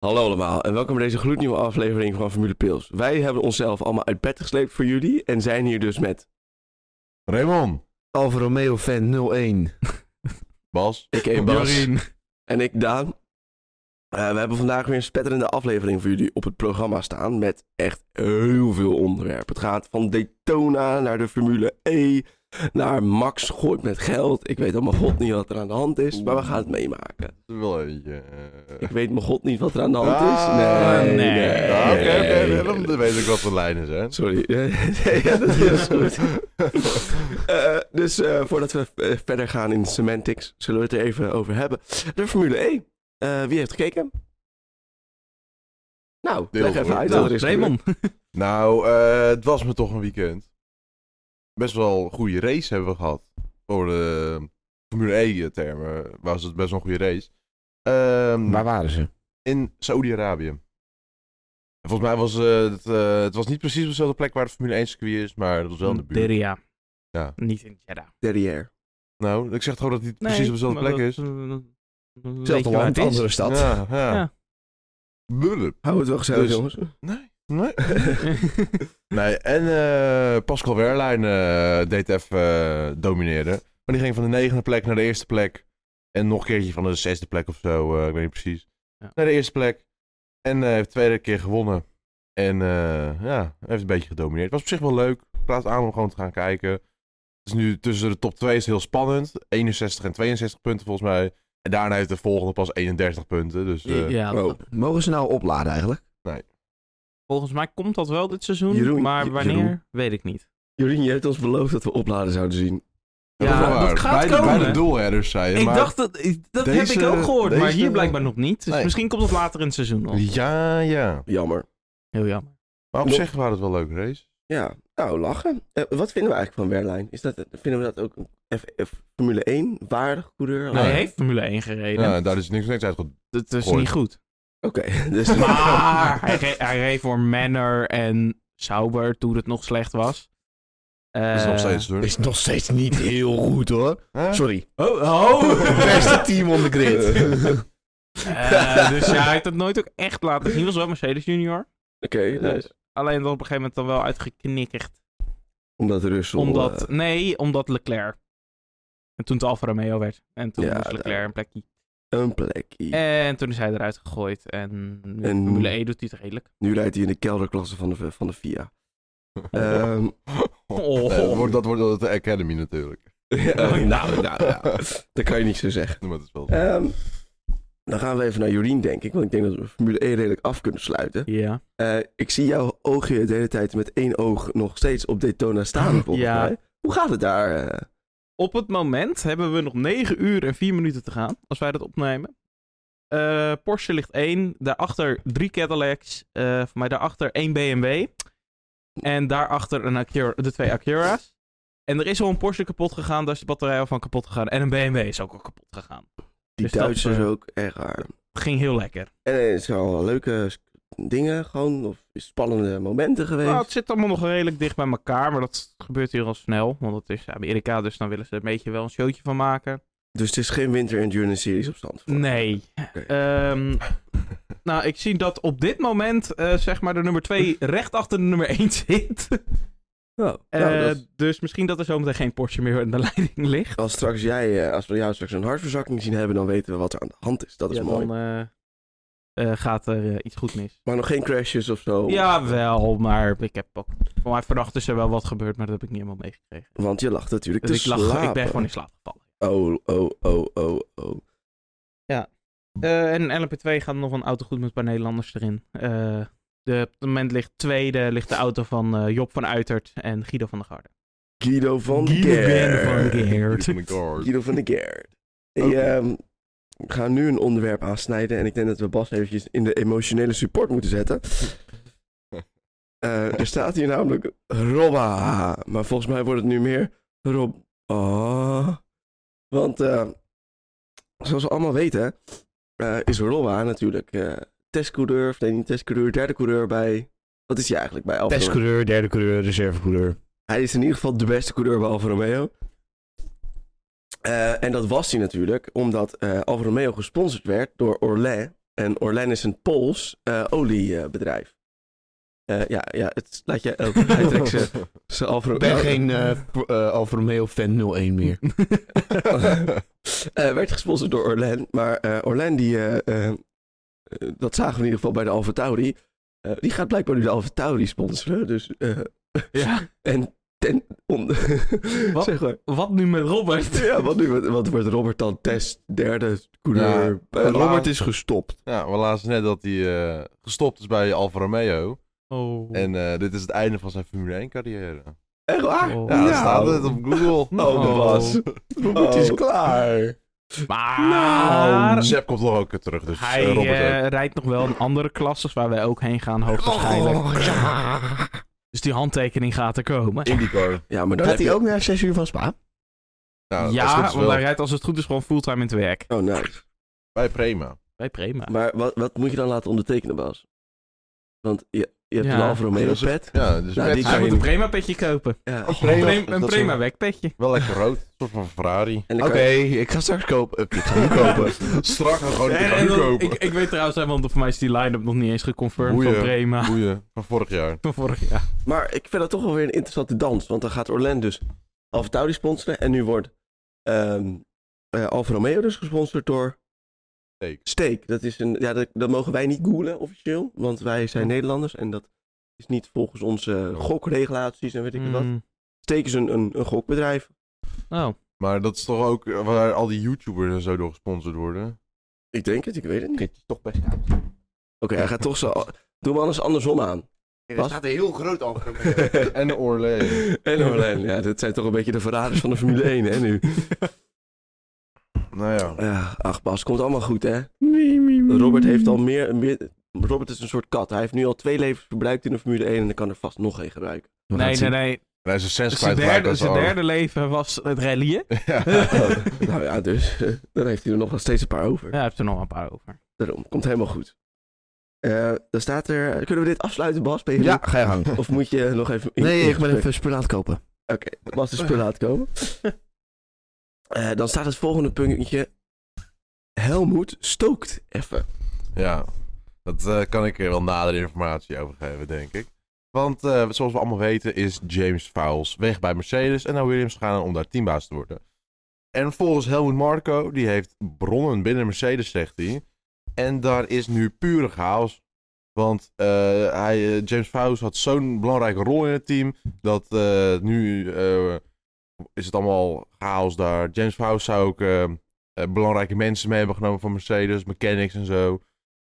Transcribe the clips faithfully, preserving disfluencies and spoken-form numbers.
Hallo allemaal en welkom bij deze gloednieuwe aflevering van Formule Pils. Wij hebben onszelf allemaal uit bed gesleept voor jullie en zijn hier dus met... Raymond. Alfa Romeo fan nul één. Bas. Ik een Bas. En ik Daan. Uh, we hebben vandaag weer een spetterende aflevering voor jullie op het programma staan met echt heel veel onderwerpen. Het gaat van Daytona naar de Formule E, naar Max gooit met geld. Ik weet allemaal god niet wat er aan de hand is, maar we gaan het meemaken. Dat is wel eentje. Uh... Ik weet mijn god niet wat er aan de hand is. Ah, nee, nee. nee. Ja, Oké, okay, okay, dan dan weet ik wat de lijnen zijn. Sorry. Ja, dat is goed. uh, dus uh, voordat we uh, verder gaan in semantics, zullen we het er even over hebben. De Formule E. Uh, wie heeft gekeken? Nou, Deel leg even voor. uit Nou, wat er is Raymond. Nou, uh, het was me toch een weekend. Best wel een goede race hebben we gehad. Voor de Formule E-termen was het best wel een goede race. Um, Waar waren ze? In Saoedi-Arabië. Volgens mij was uh, het, uh, het was niet precies op dezelfde plek waar de Formule één circuit is, maar het was wel in de buurt. Derria. Ja. Niet in Jeddah. Derrière. Nou, ik zeg gewoon dat het niet Nee, precies op dezelfde maar plek dat- is. dat- dat- weet Zelfde je waar land, het is? andere stad. Ja, ja. Ja. Blub. Hou het wel gezellig, Dus- jongens. Nee, nee. nee, en uh, Pascal Wehrlein uh, deed even uh, domineren. Maar die ging van de negende plek naar de eerste plek. En nog een keertje van de zesde plek of zo, uh, ik weet niet precies. Ja. Naar de eerste plek. En uh, heeft de tweede keer gewonnen. En uh, ja, heeft een beetje gedomineerd. Het was op zich wel leuk. Ik raad aan om gewoon te gaan kijken. Het is nu tussen de top twee is heel spannend. eenenzestig en tweeënzestig punten volgens mij. En daarna heeft de volgende pas eenendertig punten. Dus uh, ja, Oh. dat- Mogen ze nou opladen eigenlijk? Volgens mij komt dat wel dit seizoen, Jeroen, maar Je- wanneer, Jeroen. weet ik niet. Jorien, je hebt ons beloofd dat we opladen zouden zien. dat Ja, is wel dat waar. gaat Beide, komen. beide doelheaders zei je. Ik maar... dacht, dat, dat heb deze- ik ook gehoord, maar deze- hier blijkbaar nog niet. Dus Nee. misschien komt het later in het seizoen nog. Ja, ja. Jammer. Heel jammer. Maar op Nog- zich waren het wel leuke race. Ja, nou, lachen. Uh, wat vinden we eigenlijk van Wehrlein? Is dat, vinden we dat ook een F, F Formule één waardig coureur? Hij Nee. heeft Formule één gereden. Ja, daar is niks, niks uit. Dat is Gooi. niet goed. Oké, dus... Maar hij, re- hij reed voor Manor en Sauber toen het nog slecht was. Dat is nog Eh, steeds hoor. Is nog steeds niet heel goed hoor. Huh? Sorry. Oh, oh. Beste team on the grid. Eh, dus ja, hij heeft het nooit ook echt laten zien. Was wel Mercedes junior. Oké, nice. Alleen dat op een gegeven moment dan wel uitgeknikkerd. Omdat Russell... Omdat, uh, nee, omdat Leclerc. En toen het Alfa Romeo werd. En toen Ja, moest Leclerc daar- een plekje. een plekje. En toen is hij eruit gegooid. En nu En- Formule E doet hij het redelijk. Nu rijdt hij in de kelderklasse van de, van de F I A. Ehm Oh. Nee, dat, wordt, dat wordt wel de Academy natuurlijk. ja, nou, nou, nou, dat kan je niet zo zeggen. Maar het is wel... Ehm, dan gaan we even naar Jorien, denk ik. Want ik denk dat we Formule E redelijk af kunnen sluiten. Ja. Uh, ik zie jouw oogje de hele tijd met één oog nog steeds op Daytona staan, volgens Ja. mij. Hoe gaat het daar? Uh? Op het moment hebben we nog negen uur en vier minuten te gaan. Als wij dat opnemen. Eh, Porsche ligt één. Daarachter drie Cadillacs. eh voor mij daarachter één B M W. En daarachter een Acura, de twee Acura's. En er is al een Porsche kapot gegaan. Daar is de batterij al van kapot gegaan. En een B M W is ook al kapot gegaan. Die Dus dat, Duitsers uh, ook, echt raar. Het ging heel lekker. En er zijn al leuke sk- dingen, gewoon, of spannende momenten geweest. Nou, het zit allemaal nog redelijk dicht bij elkaar. Maar dat gebeurt hier al snel. Want het is Amerika. Dus dan willen ze er een beetje wel een showtje van maken. Dus het is geen Winter Endurance Series op stand. Nee. Oké. Ehm, nou, ik zie dat op dit moment, eh, zeg maar, de nummer twee recht achter de nummer één zit. Oh, Eh, nou, dat is- Dus misschien dat er zometeen geen Porsche meer in de leiding ligt. als, straks jij, uh, als we jou straks een hartverzakking zien hebben, dan weten we wat er aan de hand is. Dat is Ja, mooi. dan uh, uh, gaat er uh, iets goed mis. Maar nog geen crashes of zo. Ja, wel, maar ik heb ook... Voor mij vannacht is er wel wat gebeurd, maar dat heb ik niet helemaal meegekregen. Want je lag natuurlijk Dus te ik, lag, slapen. ik ben gewoon in slaap gevallen. Oh, oh, oh, oh, oh. Uh, en L P twee gaat nog een auto goed met een paar Nederlanders erin. Uh, de, op het moment ligt tweede ligt de auto van uh, Job van Uitert en Guido van der Garde. Guido van Guido Geert. van Geert. Van de guard. Guido van de Geert. Hey, Oké. ehm, we gaan nu een onderwerp aansnijden. En ik denk dat we Bas eventjes in de emotionele support moeten zetten. Uh, er staat hier namelijk Robba. Maar volgens mij wordt het nu meer Rob... Oh. Want uh, zoals we allemaal weten... Uh, is Robba natuurlijk uh, testcoureur... Of nee, niet testcoureur, derde coureur bij... Wat is hij eigenlijk bij Alfa Romeo? Testcoureur, derde coureur, reservecoureur. Hij is in ieder geval de beste coureur bij Alfa Romeo. Uh, en dat was hij natuurlijk omdat uh, Alfa Romeo gesponsord werd door Orlen. En Orlen is een Pools uh, oliebedrijf. Uh, ja, ja, het laat je ook. Hij trekt ze, ze Alfa Ik ben geen uh, uh, Alfa Romeo fan nul één meer. uh, werd gesponsord door Orlen. Maar uh, Orlen, die, uh, uh, dat zagen we in ieder geval bij de Alfa Tauri. Uh, die gaat blijkbaar nu de Alfa Tauri sponsoren. Dus, uh, Ja. En ten... On, wat, zeg maar. Wat nu met Robert? Ja, wat nu? Wat wordt Robert dan? Test, derde coureur. Ja, uh, Robert is gestopt. Ja, we lazen net dat hij uh, gestopt is bij Alfa Romeo. Oh. En uh, dit is het einde van zijn Formule één carrière. Echt waar? Oh. Ja, dat Ja. staat het op Google. Oh, dat was. Robert is Oh. klaar. Maar Nou. Sepp komt toch ook weer terug, dus hij uh, Robert uh, ook. rijdt nog wel een andere klasses waar wij ook heen gaan, hoogstwaarschijnlijk. Oh, ja. Dus die handtekening gaat er komen. IndyCar. Ja, maar dan Rijdt heb hij je... ook naar zes uur van Spa? Nou, als het ja, goed is want wel. hij rijdt als het goed is gewoon fulltime in het werk. Oh, nice. Bij Prema. Bij Prema. Maar wat, wat moet je dan laten ondertekenen, Bas? Want je, je hebt Ja. een Alfa Romeo pet. Ja, dus Nou, met- die Hij kan moet je een niet- Prema petje kopen. Ja. Oh, Prema. Een, dat een is Prema wel- wekpetje. wel lekker rood. Een soort van Ferrari. En dan Oké, kan je- ik ga straks kopen. Ik ga nu kopen. Strak gaan gewoon ik En- ga en nu dan- kopen. ik, ik weet trouwens, hè, want voor mij is die line-up nog niet eens geconfirmed Boeien. van Prema. Boeien. Van vorig jaar. Van vorig jaar. Maar ik vind dat toch wel weer een interessante dans. Want dan gaat Orlen dus Alfa Tauri sponsoren. En nu wordt um, uh, Alfa Romeo dus gesponsord door Steak. Steak. Dat, is een, ja, dat, dat mogen wij niet googlen officieel. Want wij zijn Nederlanders. En dat is niet volgens onze gokregulaties en weet ik wat. Mm. Steak is een, een, een gokbedrijf. Oh. Maar dat is toch ook waar al die YouTubers en zo door gesponsord worden? Ik denk het, ik weet het niet. Het is toch best koud. Oké, okay, hij gaat toch zo... Doe hem anders andersom aan. Er staat een heel groot Alfa Romeo. En de Orlee. En Orlen, ja, dat zijn toch een beetje de verraders van de Formule één, hè, nu. Nou ja. Ja, ach Bas, komt allemaal goed, hè? Robert heeft al meer, meer... Robert is een soort kat. Hij heeft nu al twee levens verbruikt in de Formule één en dan kan er vast nog één gebruiken. Nee, nee, nee. Hij is een sens Zijn kwijtgeraakt derde, aan zijn arm. derde leven was het rallyen. Ja. Nou ja, dus eh, dan heeft hij er nog wel steeds een paar over. Ja, hij heeft er nog een paar over. Daarom, komt helemaal goed. Eh dan staat er... Kunnen we dit afsluiten, Bas? Ben je Ja, er? ga je gang. Of moet je nog even... in- Nee, in ik ben gesprek? even spullen aan het kopen. Oké, Bas de spullen laten komen. Eh, dan staat het volgende puntje. Helmoet stookt even. Ja, dat uh, kan ik er wel nadere informatie over geven, denk ik. Want uh, zoals we allemaal weten is James Vowles weg bij Mercedes en naar Williams gegaan om daar teambaas te worden. En volgens Helmut Marko, die heeft bronnen binnen Mercedes, zegt hij. En daar is nu pure chaos. Want uh, hij, uh, James Vowles had zo'n belangrijke rol in het team, dat uh, nu uh, is het allemaal chaos daar. James Vowles zou ook uh, uh, belangrijke mensen mee hebben genomen van Mercedes, mechanics en zo.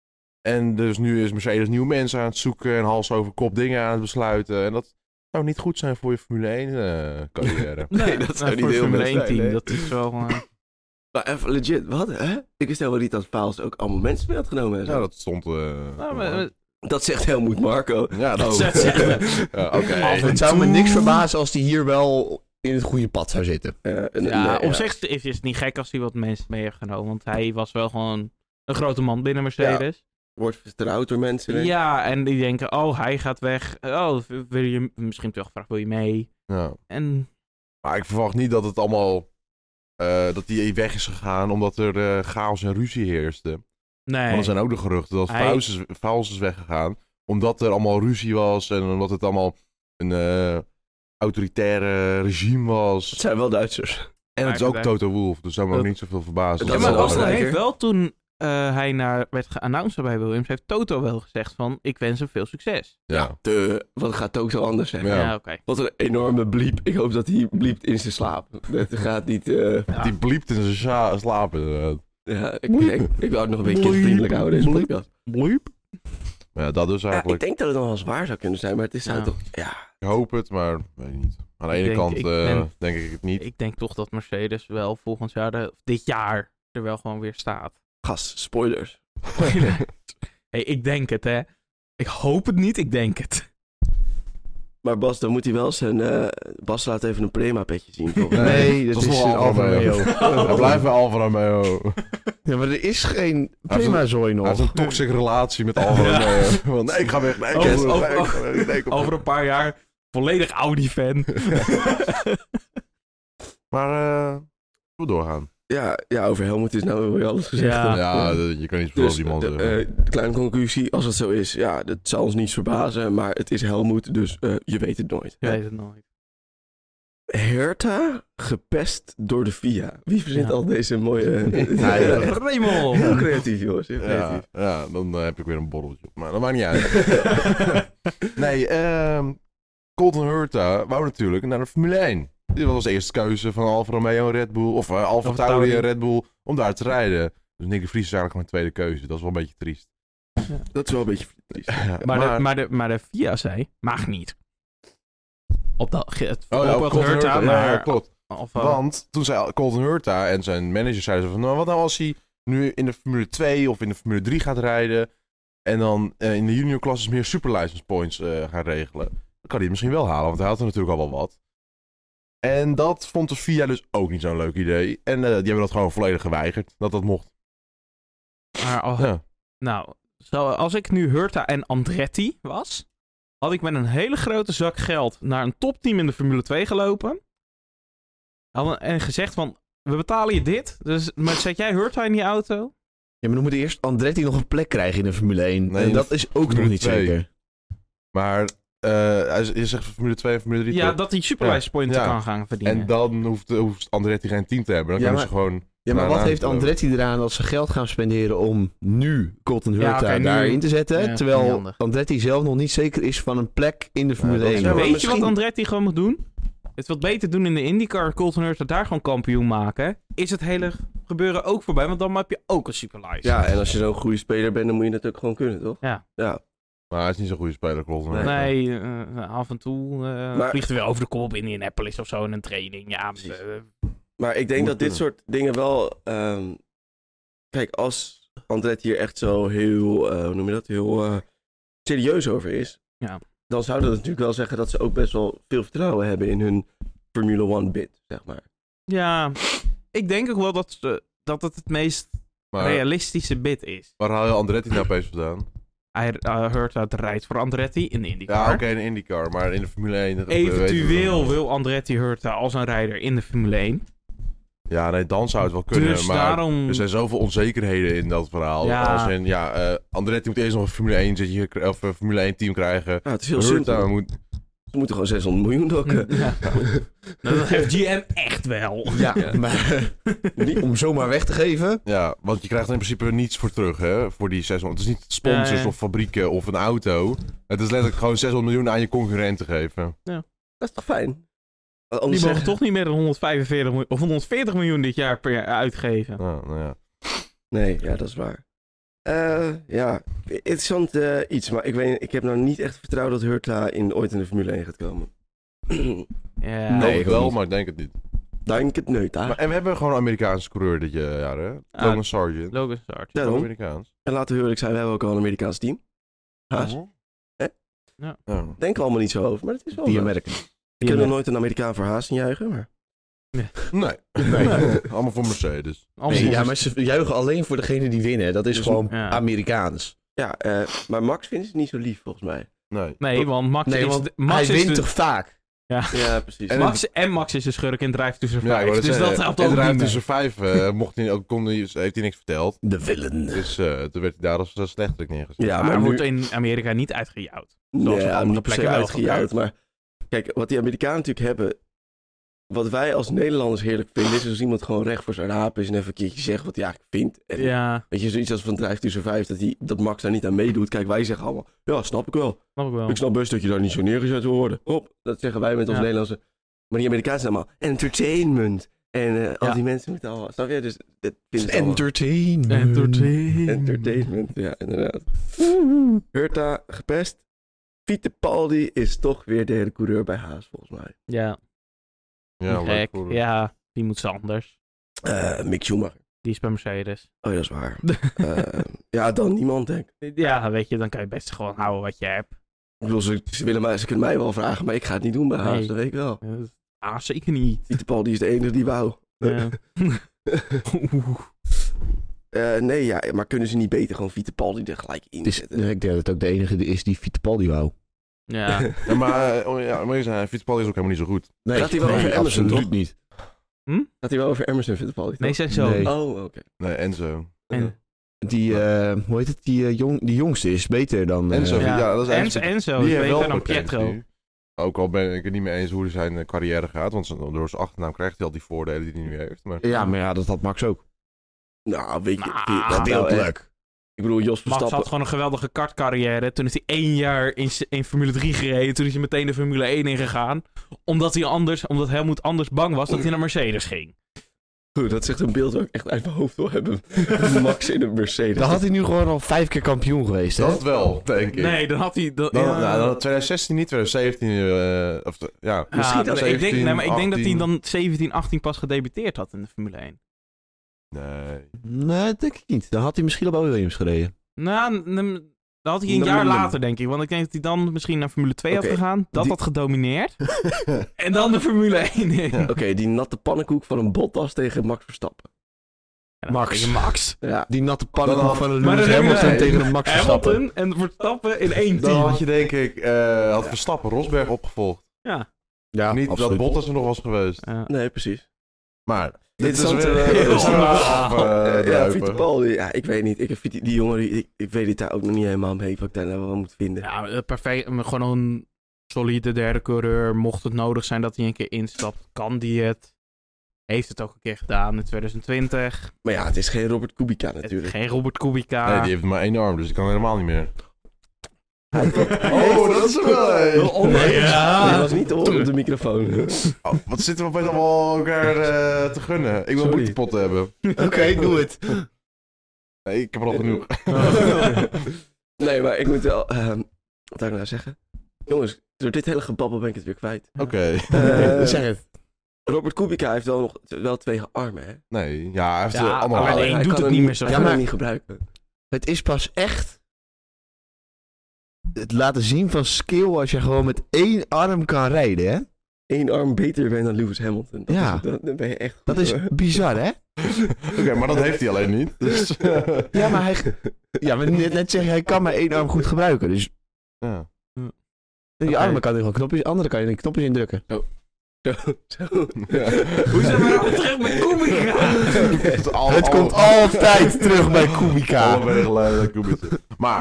En dus nu is Mercedes nieuwe mensen aan het zoeken en hals over kop dingen aan het besluiten. En dat zou niet goed zijn voor je Formule één uh, carrière. Nee, dat zou niet voor heel Formule best één zijn, team. nee. Dat is wel... Uh... Maar even legit, wat? Hè? Ik wist helemaal niet dat Vaals ook allemaal mensen mee had genomen. En zo. Ja, dat stond... Uh, nou, maar, maar- Dat zegt Helmoet Marco. ja, dat Oh. zegt ja, Oké. Het zou me niks verbazen als hij hier wel in het goede pad zou zitten. Eh, een- ja, nee, op zich is het niet gek als hij wat mensen mee heeft genomen. Want hij was wel gewoon een grote man binnen Mercedes. Wordt vertrouwd door mensen. denk ik. Ja, en die denken, oh, hij gaat weg. Oh, wil je, misschien toch gevraagd, wil je mee? Ja. En Maar ik verwacht niet dat het allemaal... Uh, dat hij weg is gegaan omdat er uh, chaos en ruzie heerste. nee. Want er zijn ook de geruchten dat Hij- Vowles is, Vowles is weggegaan. Omdat er allemaal ruzie was en omdat het allemaal een uh, autoritaire regime was. Het zijn wel Duitsers. En het is ook Toto Wolff, dus daar moet ik Dat- niet zoveel verbazen. Dat Ja, is maar wel Austin belangrijk, heeft hè? wel toen uh, hij naar, werd geannounced bij Williams, heeft Toto wel gezegd van, ik wens hem veel succes. Ja. De, wat gaat ook zo anders zeggen? Ja. Ja, oké. Wat een enorme bliep. Ik hoop dat hij bliept in zijn slaap. Dat gaat niet... eh, Ja. Die bliept in zijn scha- slaap inderdaad. ja, ik, denk, ik wou het nog een beetje vriendelijk houden, deze podcast. Bloep. Ja, dat dus Ja, ik eigenlijk. denk dat het nog wel zwaar zou kunnen zijn, maar het is Ja. toch... Ja, Ik hoop het, maar weet ik niet. Aan de Ik ene denk- kant ik uh, ben- denk ik het niet. Ik denk toch dat Mercedes wel volgend jaar, de, of dit jaar, er wel gewoon weer staat. gas, spoilers. Hey, ik denk het, hè. Ik hoop het niet, ik denk het. Maar Bas, dan moet hij wel zijn... eh, Bas laat even een Prema-petje zien. volgens mij. Nee, dat dat is is een nog Alfa Alfa Romeo. Hij blijft bij Alfa Romeo. Ja, maar er is geen Hij heeft Prema-zooi Hij heeft nog. een toxic relatie met Alfa Ja. Romeo. Van, nee, ik ga weg. Nee, ik Over- ga weg. over- Nee, ik ga weg. Nee, ik kom Over een paar jaar volledig Audi-fan. Maar uh, we doorgaan. Ja, ja, over Helmut is nou weer alles gezegd. Ja. Ja, je kan niet zoveel Dus die man de, zeggen. eh, de kleine conclusie, als het zo is, ja, dat zal ons niet verbazen, maar het is Helmut, dus uh, je weet het nooit. Je weet het nooit. Hertha gepest door de F I A. Wie verzint Ja. al deze mooie... Ja, ja. Raymond! Heel creatief, jongens. Heel Ja, creatief. ja, dan uh, heb ik weer een borreltje op. Maar dat maakt niet uit. nee, ehm Colton Herta wou natuurlijk naar de Formule één. Dit was de eerste keuze van Alfa Romeo en Red Bull. Of uh, Alfa Alfa Tauri en Tauri. Red Bull om daar te rijden. Dus Nick de Vries is eigenlijk mijn tweede keuze. Dat is wel een beetje triest. Dat is wel een beetje triest. Ja, Maar, de, maar, de, maar de F I A zei, mag niet. Op dat ge- het Oh ja, op Colton Herta, Herta, maar... ja, ja, klopt. Of, uh, Want toen zei Colton Herta en zijn manager zeiden ze van... Nou, wat nou als hij nu in de Formule twee of in de Formule drie gaat rijden... en dan uh, in de juniorklasses meer superlicense points uh, gaan regelen... dan kan hij het misschien wel halen, want hij had er natuurlijk al wel wat. En dat vond de F I A dus ook niet zo'n leuk idee. En uh, die hebben dat gewoon volledig geweigerd, dat dat mocht. maar al- Ja. Nou, zo, als ik nu Herta en Andretti was... had ik met een hele grote zak geld naar een topteam in de Formule twee gelopen... Hadden- en gezegd van, we betalen je dit, dus maar zet jij Herta in die auto? Ja, maar dan moet eerst Andretti nog een plek krijgen in de Formule één. Nee, en in dat de is ook nog Formule niet twee. zeker. Maar uh, hij z- je zegt Formule twee en Formule drie Ja, toch? dat hij superlicense points Ja. kan gaan verdienen. En dan hoeft, hoeft Andretti geen team te hebben. Dan Ja, kunnen ze maar- gewoon... Ja, maar naar wat een heeft auto. Andretti eraan als ze geld gaan spenderen om nu Colton Ja, Herta oké, nu- daarin te zetten? Ja, niet terwijl handig. Andretti zelf nog niet zeker is van een plek in de Formule dat is één. wel- maar Weet je misschien- wat Andretti gewoon moet doen? Het wat beter doen in de IndyCar, Colton Herta daar gewoon kampioen maken. Is het hele gebeuren ook voorbij, want dan heb je ook een superlicense. Ja, en als je zo'n goede speler bent, dan moet je dat ook gewoon kunnen, toch? Ja. Ja. Maar hij is niet zo'n goede speler, Colton Herta. Nee, eh, af en toe eh, Maar- vliegt er wel over de kop in Indianapolis of zo in een training. Ja, Precies. eh, Maar ik denk Moet dat dit kunnen. soort dingen wel... ehm, Kijk, als Andretti hier echt zo heel, eh, hoe noem je dat, heel eh, serieus over is... Ja. Dan zou dat natuurlijk wel zeggen dat ze ook best wel veel vertrouwen hebben in hun Formule één bid, zeg maar. ja, ik denk ook wel dat, ze- dat het het meest Maar realistische bid is. waar haal je Andretti nou opeens vandaan? Hij uh, Herta rijdt voor Andretti in de IndyCar. Ja, oké, in de IndyCar, maar in de Formule één... dat- dat weten we Eventueel wel. wil Andretti Herta als een rijder in de Formule één. Ja, nee, dan zou het wel kunnen, Dus maar... daarom... Er zijn zoveel onzekerheden in dat verhaal. Ja. Als in, ja, eh, Andretti moet eerst nog een Formule één, zitje, k- of een Formule één team krijgen. Ja, het is heel Herta simpel. moet... Ze moeten gewoon zeshonderd miljoen dokken. Ja. Nou, dat heeft G M echt wel. Ja, Ja. maar niet om zomaar weg te geven. Ja, want je krijgt er in principe niets voor terug, hè, voor die zeshonderd. Het is niet sponsors Ja, ja. of fabrieken of een auto. Het is letterlijk gewoon zeshonderd miljoen aan je concurrent te geven. Dat is toch fijn? Want Die Anders mogen zeggen- toch niet meer dan honderdvijfenveertig miljoen, of honderdveertig miljoen dit jaar per jaar uitgeven. Ja, nou ja. Nee, ja, dat is waar. Eh, ja, interessant eh, iets, maar ik, weet, ik heb nou niet echt vertrouwen dat Herta in, ooit in de Formule één gaat komen. Ja. Nee, ik ik ook wel, niet. maar ik denk het niet. Denk het nooit, daar. Maar, en we hebben gewoon een Amerikaanse coureur dit jaar, hè? Ah, Logan Sargent. Logan Sargent. Daarom. Amerikaans. En laten we eerlijk zijn, we hebben ook al een Amerikaans team. Haas. Mhm. Hè? Ja. Ja. Denken we allemaal niet zo over, maar het is wel Die zo. American. Ik heb nog nooit een Amerikaan voor Haas zien juichen, maar... Nee. Nee. Allemaal voor Mercedes. Anders Nee, is ja, het- maar ze juichen alleen voor degene die winnen. Dat is Dus- gewoon ja. Amerikaans. Ja, eh, maar Max vindt het niet zo lief, volgens mij. Nee. Nee, want Max Nee, is... want de- Max hij is wint de- toch vaak? Ja, precies. En- Max en Max is de schurk in Drive to Survive. Ja, ik wou dus net dat zeggen, helpt in ook Drive niet to mee. Survive eh, mocht hij, ook, kon hij, heeft hij niks verteld. De villain. Dus eh, toen werd hij daar als uh, slechterik neergezet. Ja, Maar maar hij nu... wordt in Amerika niet uitgejouwd. Nee, zoals op ja, andere niet per se plekken wel uitgejouwd, gebeurt. maar... Kijk, wat die Amerikanen natuurlijk hebben... Wat wij als Nederlanders heerlijk vinden, is als iemand gewoon recht voor zijn raap is en even een keertje zegt wat hij eigenlijk vindt. En Ja, weet je, zoiets als van Drive to Survive, dat, die, dat Max daar niet aan meedoet. Kijk, wij zeggen allemaal, ja, snap ik wel. snap ik wel. Ik snap best dat je daar niet zo neergezet wil worden. Hop, dat zeggen wij met ons Ja. Nederlandse. Maar die Amerikanen zijn allemaal entertainment. En eh, al Ja. die mensen moeten allemaal, snap je? Dus dat vinden ze allemaal- Entertainment. Entertainment. entertainment. Ja, inderdaad. Herta gepest. Fittipaldi is toch weer de hele coureur bij Haas, volgens mij. Ja, Ja, leuk gek. voor- Ja, die moet ze anders. Eh, Mick Schumacher. Die is bij Mercedes. Oh, ja, dat is waar. Eh, ja, dan niemand, denk ik. Ja, weet je, dan kan je best gewoon houden wat je hebt. Ik bedoel, ze, ze, willen mij, ze kunnen mij wel vragen, maar ik ga het niet doen bij Haas, Nee. dat weet ik wel. Ja, dat- Ah, zeker niet. Fittipaldi is de enige die wou. Ja. Eh, nee, ja, maar kunnen ze niet beter gewoon Fittipaldi er gelijk in Het is, zetten? ik denk dat het ook de enige is die Fittipaldi wou. Ja. Ja, maar uh, oh, ja, maar je zei, Fittipaldi is ook helemaal niet zo goed. Nee, Gaat hij wel nee, over Emerson, absoluut toch? niet. Hm? Gaat hij wel over Emerson Fittipaldi? Nee, zijn zoon. Nee. Oh, oké. Nee, Enzo. En, Die, eh, hoe heet het, die, eh, jong, die jongste is beter dan... eh, Enzo, ja. ja, dat is en, eigenlijk... en zo, Die is heeft wel beter dan potentie. Pietro. Ook al ben ik het niet mee eens hoe hij zijn eh, carrière gaat. Want zijn- door zijn achternaam krijgt hij al die voordelen die hij nu heeft. Maar... Ja, maar ja, dat had Max ook. Nou, weet je... Nou, die- dat wel Gedeeltelijk. echt. Ik bedoel, Jos Max Verstappen... had gewoon een geweldige kartcarrière. Toen is hij één jaar in, s- in Formule drie gereden. Toen is hij meteen de Formule één ingegaan. Omdat hij anders, omdat Helmut anders bang was dat hij naar Mercedes ging. Goed, dat zegt een beeld dat ik echt uit mijn hoofd wil hebben. Max in een Mercedes. Dan had hij nu gewoon al vijf keer kampioen geweest, hè? Dat wel, denk ik. Nee, dan had hij... Dan, Dan, ja. nou, dan twintig zestien niet, twintig zeventien... eh, of, de- ja, Ja, misschien nee, als ik, denk, zeventien, nee, maar ik denk dat hij achttien. dan zeventien, achttien pas gedebuteerd had in de Formule één. Nee. Nee, dat denk ik niet. Dan had hij misschien op bij Williams gereden. Nou, n- n- dan had hij een Nem, jaar nem, nem. later, denk ik. Want ik denk dat hij dan misschien naar Formule twee Oké, had gegaan. Dat die- had gedomineerd. En dan de Formule één in. Ja. Oké, die natte pannenkoek van een Bottas tegen Max Verstappen. En dan Max. tegen Max. Ja. Die natte pannenkoek Dan had- van een Maar Lewis dan heb je- Hamilton nee. tegen een Max Verstappen. Hamilton en Verstappen in één Dan team. had je denk ik... eh, had Verstappen Rosberg opgevolgd. Ja. Ja, niet absoluut. dat Bottas er nog was geweest. Ja. Nee, precies. Maar... Dit is Interessant, weer... eh, eh, we zijn er heel weer ander af, verhaal. eh, ja, druipen. Fittipaldi. Ja, ik weet niet. Ik, heb die, die jongen, die, ik, ik weet het daar ook nog niet helemaal mee. Wat ik daar nou wel moet vinden. Ja, eh, perfect. Maar gewoon een solide derde coureur. Mocht het nodig zijn dat hij een keer instapt, kan die het. Heeft het ook een keer gedaan in twintig twintig. Maar ja, het is geen Robert Kubica Het is natuurlijk. geen Robert Kubica. Nee, die heeft maar één arm, dus die kan helemaal niet meer. Oh, Oh, dat is er wel een. Oh, ja. Nee, dat was niet te horen op de microfoon. Oh, wat zitten we opeens allemaal elkaar eh, te gunnen? Ik wil Sorry. boetepot hebben. Oké, doe het. Nee, ik heb er al genoeg. Nee, maar ik moet wel... ehm, wat zou ik nou zeggen? Jongens, door dit hele gebabbel ben ik het weer kwijt. Oké. Eh, zeg het. Robert Kubica heeft wel nog wel twee armen, hè? Nee, ja, hij heeft Ja, er allemaal... maar Alleen, één hij doet kan het hem niet meer zo Hij goed. kan Ja, hem maar- niet gebruiken. Het is pas echt het laten zien van skill als je gewoon met één arm kan rijden, hè? Eén arm beter bent dan Lewis Hamilton. Dat Ja. is, dat, dan ben je echt goed, Dat is hoor. bizar, hè? Oké, maar dat heeft hij alleen niet. Dus, Ja, maar hij... Ja, maar net, net zeg je, hij kan maar één arm goed gebruiken. Dus ja. die Oké. armen kan hij gewoon knopjes, andere kan je de knopjes indrukken. Zo, zo. Ja. Hoe zijn we nou terug met Kubica? Het, is al- Het al- komt altijd terug bij Kubica. Alle wegen leiden naar Kubica. Maar,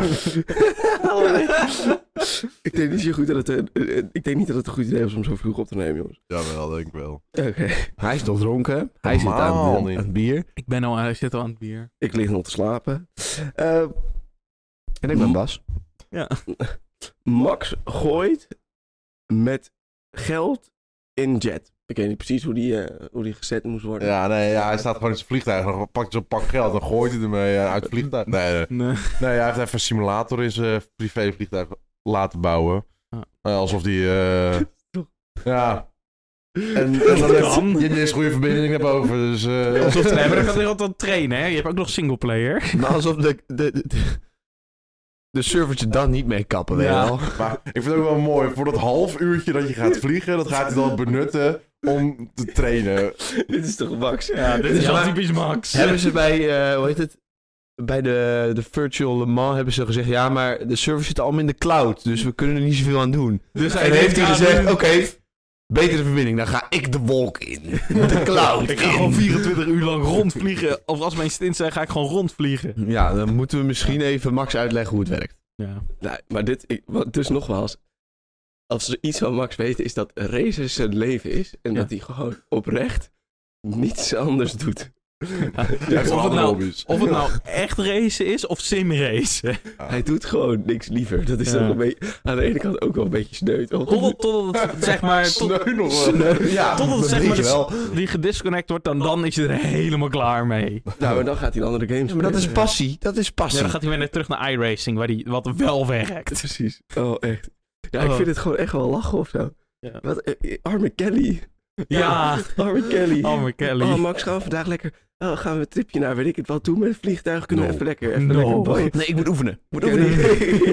ik denk niet zo goed dat het, eh, eh, ik denk niet dat het een goed idee is om zo vroeg op te nemen, jongens. jawel, denk ik wel. Oké, Hij is nog dronken. Hij zit aan, Normaal aan niet. het bier. Ik ben al, hij zit al aan het bier. ik lig nog te slapen. Eh, En ik ben Bas. Ja. Max gooit met geld in jet. Ik weet niet precies hoe die, eh, hoe die gezet moest worden. Ja, nee, ja, hij staat gewoon in zijn vliegtuig. Dan pakt hij zo'n pak geld en gooit hij ermee eh, uit het vliegtuig. Nee, nee. Nee. Nee, hij heeft even een simulator in zijn privévliegtuig laten bouwen. Ah. Eh, alsof die... eh, ja. En, en Dat dan heeft kan. je hebt goede verbinding naar boven, dus... eh, Alsof, nee, maar dan kan hij altijd trainen, hè? Je hebt ook nog singleplayer. Maar alsof de, de, de, de servertje dan niet mee kappen, weet je Ja. wel. Maar ik vind het ook wel mooi, voor dat half uurtje dat je gaat vliegen, dat gaat hij dan benutten om te trainen. Dit is toch Max? Ja, dit is Ja, wel maar- typisch Max. Hebben ze bij, eh, hoe heet het? Bij de, de Virtual Le Mans hebben ze gezegd, ja, maar de servers zitten allemaal in de cloud, dus we kunnen er niet zoveel aan doen. Dus En denkt, heeft hij ja, gezegd, nu- oké, betere verbinding, dan ga ik de wolk in. De cloud Ik ga in. gewoon vierentwintig uur lang rondvliegen. Of als mijn stint zijn, ga ik gewoon rondvliegen. Ja, dan moeten we misschien even Max uitleggen hoe het werkt. Ja. Nee, maar dit, ik, wat, dus nogmaals. Als er iets van Max weten, is dat racen zijn leven is. En Ja. dat hij gewoon oprecht niets anders doet. Hij heeft Of het andere nou- hobby's. Of het nou echt racen is of simracen. Hij doet gewoon niks liever. Dat is Ja. dan een beetje, aan de ene kant ook wel een beetje sneu, toch? Totdat, totdat het, zeg maar, tot, Sneu nog wel. Ja, totdat het, zeg weet maar, je de- wel. die gedisconnect wordt, dan, dan is je er helemaal klaar mee. Nou, maar dan gaat hij een andere games Ja, maar dat is spelen. passie, dat is Ja, passie. dan gaat hij weer net terug naar iRacing, waar die, wat wel werkt. Precies. Oh, echt. Ja, ik Oh. vind het gewoon echt wel lachen of zo. Ja. Wat, eh, arme Kelly. Ja, Arme Kelly. Arme Kelly. Oh, Max, gaan we vandaag lekker... Oh, gaan we een tripje naar, weet ik het wel, toe met het vliegtuig. Kunnen we No. even lekker, even No. lekker ballen. Nee, ik moet oefenen. Ik moet Kelly. oefenen.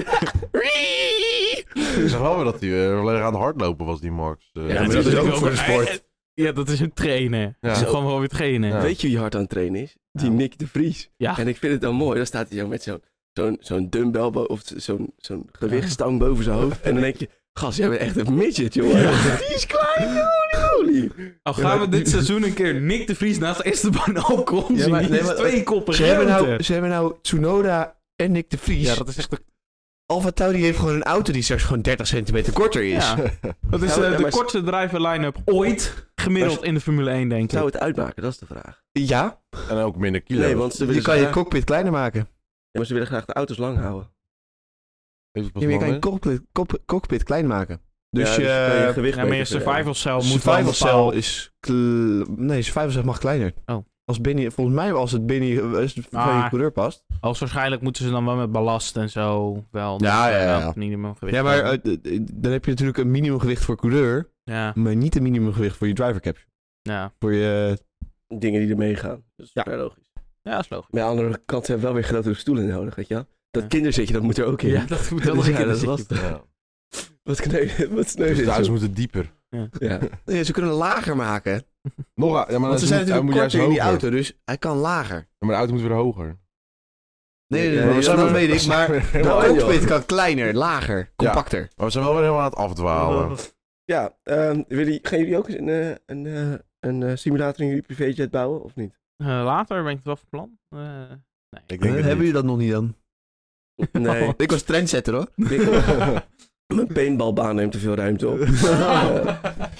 Ik zag wel weer dat hij uh, volledig aan het hardlopen was, die Max. Uh, Ja, maar dat is ook voor de sport. Ja, dat is een trainen. Ja. Dat is gewoon wel weer trainen. Ja. Weet je wie hard aan het trainen is? Die Ja. Nick de Vries. Ja. En ik vind het dan mooi. Dan staat hij zo met zo'n zo'n zo'n dumbbell bo- of zo'n zo'n gewichtstang boven zijn hoofd. En dan denk je, Gast, jij bent echt een midget, jongen. Die is klein, holy holy. Al gaan we dit seizoen een keer Nick de Vries naast Esteban Ocon Ja, zien. maar- Die nee, is maar- twee koppen Ze hebben, nou, groter. ze hebben nou Tsunoda en Nick de Vries. Ja, dat is echt... een- Alfa Tauri heeft gewoon een auto die straks gewoon dertig centimeter korter is. Ja, dat is Ja, maar- eh, ja, de maar- kortste driver line-up ooit gemiddeld in de Formule één, denk ik. Zou het uitmaken? Dat is de vraag. Ja, En ook minder kilo's. Nee, want ze willen je ze kan je graag- cockpit kleiner maken. Ja, maar ze willen graag de auto's lang houden. Heeft het pas Ja, maar je kan je lang, cockpit, kop- cockpit klein maken. Dus Ja, je, kan je gewicht Ja, maar je beter survival cell moet survival wel cell bepaald... is... kl- Nee, survival cell mag kleiner. Oh. Als binnen, volgens mij als het binnen als het van je Ah. coureur past. Hoogstwaarschijnlijk moeten ze dan wel met ballast en zo wel... Ja, ja, ja. wel het minimumgewicht Ja, maar hebben. eh, eh, dan heb je natuurlijk een minimumgewicht voor coureur, Ja, maar niet een minimumgewicht voor je driver capture. ja. Voor je... Dingen die er meegaan. Dat is Ja. vrij logisch. Ja, dat is logisch. Maar aan de andere kant hebben we wel weer grotere stoelen nodig, weet je wel? Dat Ja. kinderzitje, dat moet er ook in. Ja, dat moet wel Ja, een dat keer is lastig. Ja. Wat kneu, wat sneu Dus is de auto's zo. moeten dieper. Ja. Nee, ze kunnen lager maken. Nog, ja, maar Want dat ze is zijn niet- hij natuurlijk moet juist korter in die hoger. auto, dus hij kan lager. Ja, maar de auto moet weer hoger. Nee, nee, Ja, nee, we dat, zijn dat wel- weet we ik, zijn maar weer de helemaal- Nou, cockpit joh. kan kleiner, lager, compacter. Maar we zijn wel weer helemaal aan het afdwalen. Ja, ehm, willen, gaan jullie ook eens een, eh, een, eh, een eh, simulator in jullie privéjet bouwen, of niet? Eh, later ben ik het wel van plan. Eh, nee. Ik Eh, denk het hebben niet. jullie dat nog niet dan? Nee. Ik was trendsetter hoor. Ik- Mijn paintballbaan neemt te veel ruimte op. Eh,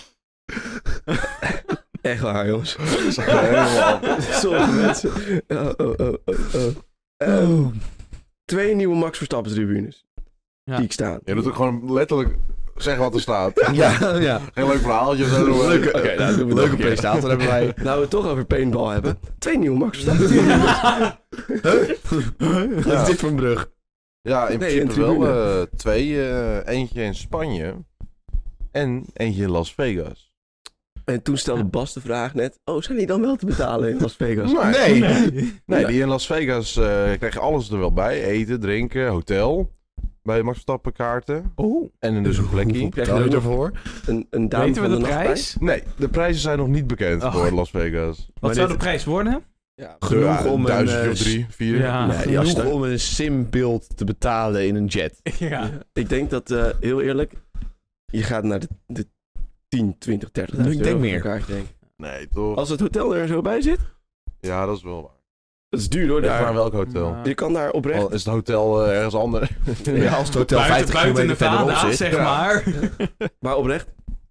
Echt waar, jongens. Sommige mensen. Oh, oh, oh, oh, oh. Ehm, twee nieuwe Max Verstappen tribunes. Ja. Die ik staan. Je doet ook gewoon letterlijk zeggen wat er staat. Ja, ja. Geen leuk verhaaltje of zo. Leuke, Oké, nou, doen we leuke nog een keer. presentator hebben wij. Nou, we het toch over paintball hebben. Twee nieuwe Max Verstappen tribunes. Wat is dit voor een brug? Ja, in Nee, een principe wel tribune. eh, twee. eh, eentje in Spanje en eentje in Las Vegas. En toen stelde Bas de vraag net. Oh, zijn die dan wel te betalen in Las Vegas? Nee. Nee, die in Las Vegas eh, krijg je alles er wel bij. Eten, drinken, hotel. Bij Max Verstappen kaarten. Oh, En dus een plekje. Krijg je Betaal er je nog ervoor? een, een duim weten we van de de nacht prijs? Nee, de prijzen zijn nog niet bekend Oh. voor Las Vegas. Wat zou de prijs worden? bij? Ja. Genoeg Ja, om een, duizendje eh, of drie, vier. Ja. Nee, die als Genoeg je- om een simbeeld te betalen in een jet. Ja. Ik denk dat, eh, heel eerlijk, je gaat naar de, de tien, twintig, dertig Ik denk meer. Kaartje, denk. ik. Nee, toch? Als het hotel er zo bij zit, Ja, dat is wel waar. dat is duur hoor. Ja, maar Daar. welk hotel? Maar- Je kan daar oprecht... Al is het hotel eh, ergens anders? Ja, als het hotel buiten, vijftig buiten kilometer verderop Nevada, zit. zeg Ja. maar. Maar oprecht.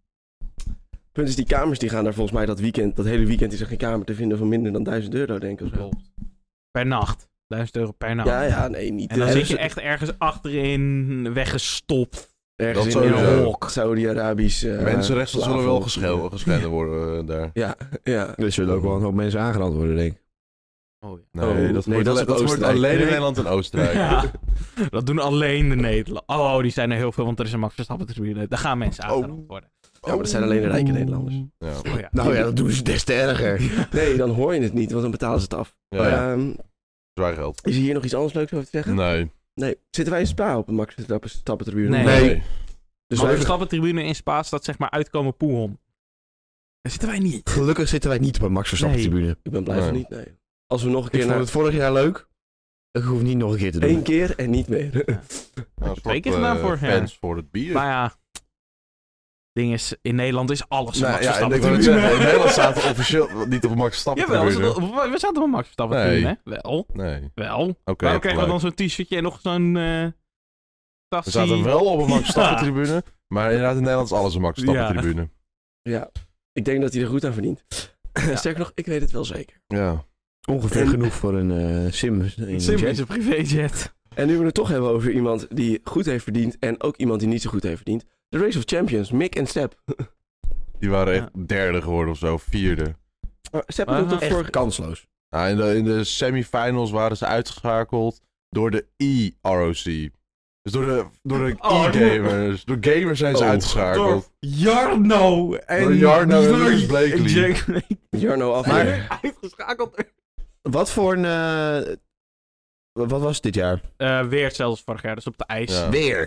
Punt is, die kamers die gaan daar volgens mij dat weekend, dat hele weekend is er geen kamer te vinden van minder dan duizend euro, denk ik. Of zo. Klopt. Per nacht. Duizend euro per nacht. Ja, ja, nee, niet. En dan eh, zit je echt ergens achterin weggestopt. ergens Dat in een sowieso. hok. Saudi-Arabisch. eh, Mensenrechten zullen wel slaven- geschel- geschenden worden eh, daar. Ja, ja. Er zullen ook wel een hoop mensen aangerand worden, denk ik. Oh, ja. Nee, Oh, dat, nee, wordt, dat is dat wordt Oostenrijk. alleen in Nee. Nederland en Oostenrijk. Ja. Dat doen alleen de Nederlanders. Oh, die zijn er heel veel, want er is een Max Verstappen tribune. Daar gaan mensen aangerand worden. Ja, maar dat zijn alleen de rijke Nederlanders. Ja. Oh, ja. Nou ja, dat doen ze des te erger. Nee, dan hoor je het niet, want dan betalen ze het af. Ja, ja. Ehm, Zwaar geld. is er hier nog iets anders leuks over te zeggen? Nee. Nee. Zitten wij in Spa op een Max Verstappen tribune? Nee. Nee. Dus Dus wij Max Verstappen tribune in Spa staat zeg maar uitkomen Poelhon. Daar zitten wij niet. Gelukkig zitten wij niet op een Max Verstappen Nee. tribune. Ik ben blij van Nee. niet, nee. Als we nog een Ik keer vond naar... het vorig jaar leuk. Ik hoef niet nog een keer te doen. Eén keer en niet meer. Nou, Twee keer eh, gedaan vorig jaar. fans voor het bier. Maar ja, ding is, in Nederland is alles een Nou, Max ja, en Verstappen ik wil het tribune. zeggen, in Nederland staat het officieel niet op een Max Verstappen Jawel, tribune. we we zaten op een Max Verstappen Nee. tribune, hè? Wel, Nee. wel. Oké, Waarom heb krijgen we gelijk. dan zo'n t-shirtje en nog zo'n eh We tassie? zaten wel op een Max Ja. Verstappen tribune. Maar inderdaad in Nederland is alles een Max Verstappen Ja. tribune. Ja. Ik denk dat hij er goed aan verdient. Sterker nog, ik weet het wel zeker. Ja. Ongeveer En- genoeg voor een eh, sim in een Sim jet. is een privéjet. En nu we het toch hebben over iemand die goed heeft verdiend en ook iemand die niet zo goed heeft verdiend. De Race of Champions, Mick en Sepp. Die waren echt derde geworden of zo, vierde. Maar Sepp Maar heeft toch Echt voor... kansloos. Nou, in, de, in de semifinals waren ze uitgeschakeld door de E-R O C. Dus door de, door de Oh, e-gamers. Door gamers zijn ze Oh, uitgeschakeld. Door Jarno en... Door Jarno en door Lucas Blakely. en Jack Blakely. Jarno af. Maar- Uitgeschakeld. Wat voor een... eh, wat was het dit jaar? Eh, weer hetzelfde als vorig jaar, dus op de ijs. Ja. Ja. Weer.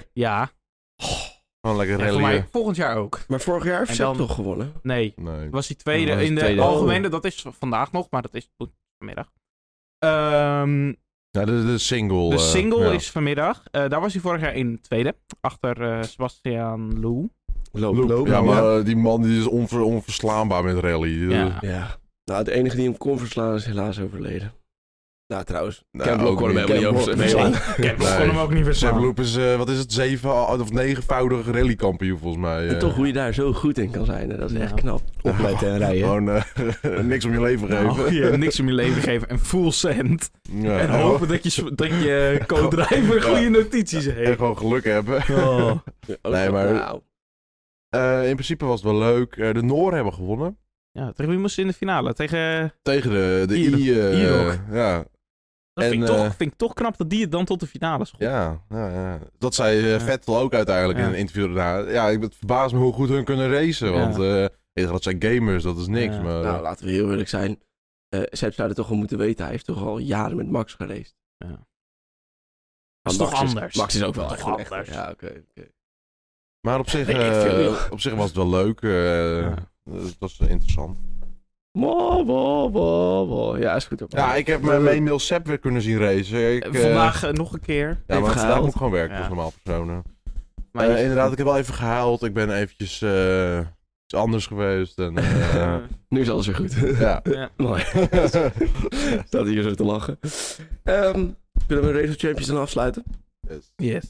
Gewoon lekker En voor mij rallyen. volgend jaar ook. Maar vorig jaar heeft En Sepp dan- toch gewonnen? Nee, Nee. was die tweede Ja, was in de tweede. algemene. Dat is vandaag nog, maar dat is goed vanmiddag. Ehm Ja, de, de single. De uh, single ja. is vanmiddag. Uh, daar was hij vorig jaar in tweede. Achter uh, Sebastian Lou. Loop. Loop. Loop, Ja, ja. maar uh, die man die is onver, onverslaanbaar met rally. Ja. Ja. Nou, de enige die hem kon verslaan is helaas overleden. Nou, trouwens. Nou, Campbell ook kon hem niet. helemaal niet Campbell- over nee, verslaan. Campbell Nee. kon hem ook niet Sam verslaan. Loop is, uh, wat is het, zeven of negenvoudig rallykampioen volgens mij. En uh. toch hoe je daar zo goed in kan zijn, hè, dat is Ja. echt knap. Opletten en rijden. Gewoon uh, niks om je leven geven. Nou, je hebt niks om je leven geven en full cent. Ja. En hopen dat je, dat je co-driver goede Ja. notities En heeft. gewoon geluk hebben. Oh. Nee, maar- Nou, Uh, in principe was het wel leuk. Uh, de Nooren hebben gewonnen. Ja, tegen wie moest ze in de finale? Tegen... Tegen de, de Ier- I. uh, Ierok. ja. Dat En, vind, ik toch, eh, vind ik toch knap dat die het dan tot de finale schopt. Ja, ja, ja. Dat zei uh, Ja. Vettel ook uiteindelijk Ja. in een interview daarna. Ja, ik- het verbaast me hoe goed hun kunnen racen. Ja. Want uh, ik- dat zijn gamers, dat is niks. Ja. Maar, nou, laten we heel eerlijk zijn. Uh, Sepp zou het toch wel moeten weten. Hij heeft toch al jaren met Max geraced. Ja. Maar Dat is Max toch anders? Max is ook wel Dat echt is toch een anders? echte- Ja, oké. oké. maar op zich, Weet ik uh, veel, joh. op zich was het wel leuk. Uh, Ja. Het was uh, interessant. Mo, mo, mo, mo. Ja, is goed. Hoor. Ja, ik heb mijn Emil Sepp weer kunnen zien racen. Ik, uh, Vandaag uh, nog een keer. Ja, even maar vandaag gehuild. moet ik gewoon werken Ja. als normaal persoon. Maar Uh, je- inderdaad, ik heb wel even gehuild. Ik ben eventjes uh, iets anders geweest. En, uh, Nu is alles weer goed. ja. Ja. Mooi. Staat hier zo te lachen. Um, kunnen we Race of Champions dan afsluiten? Yes. Yes.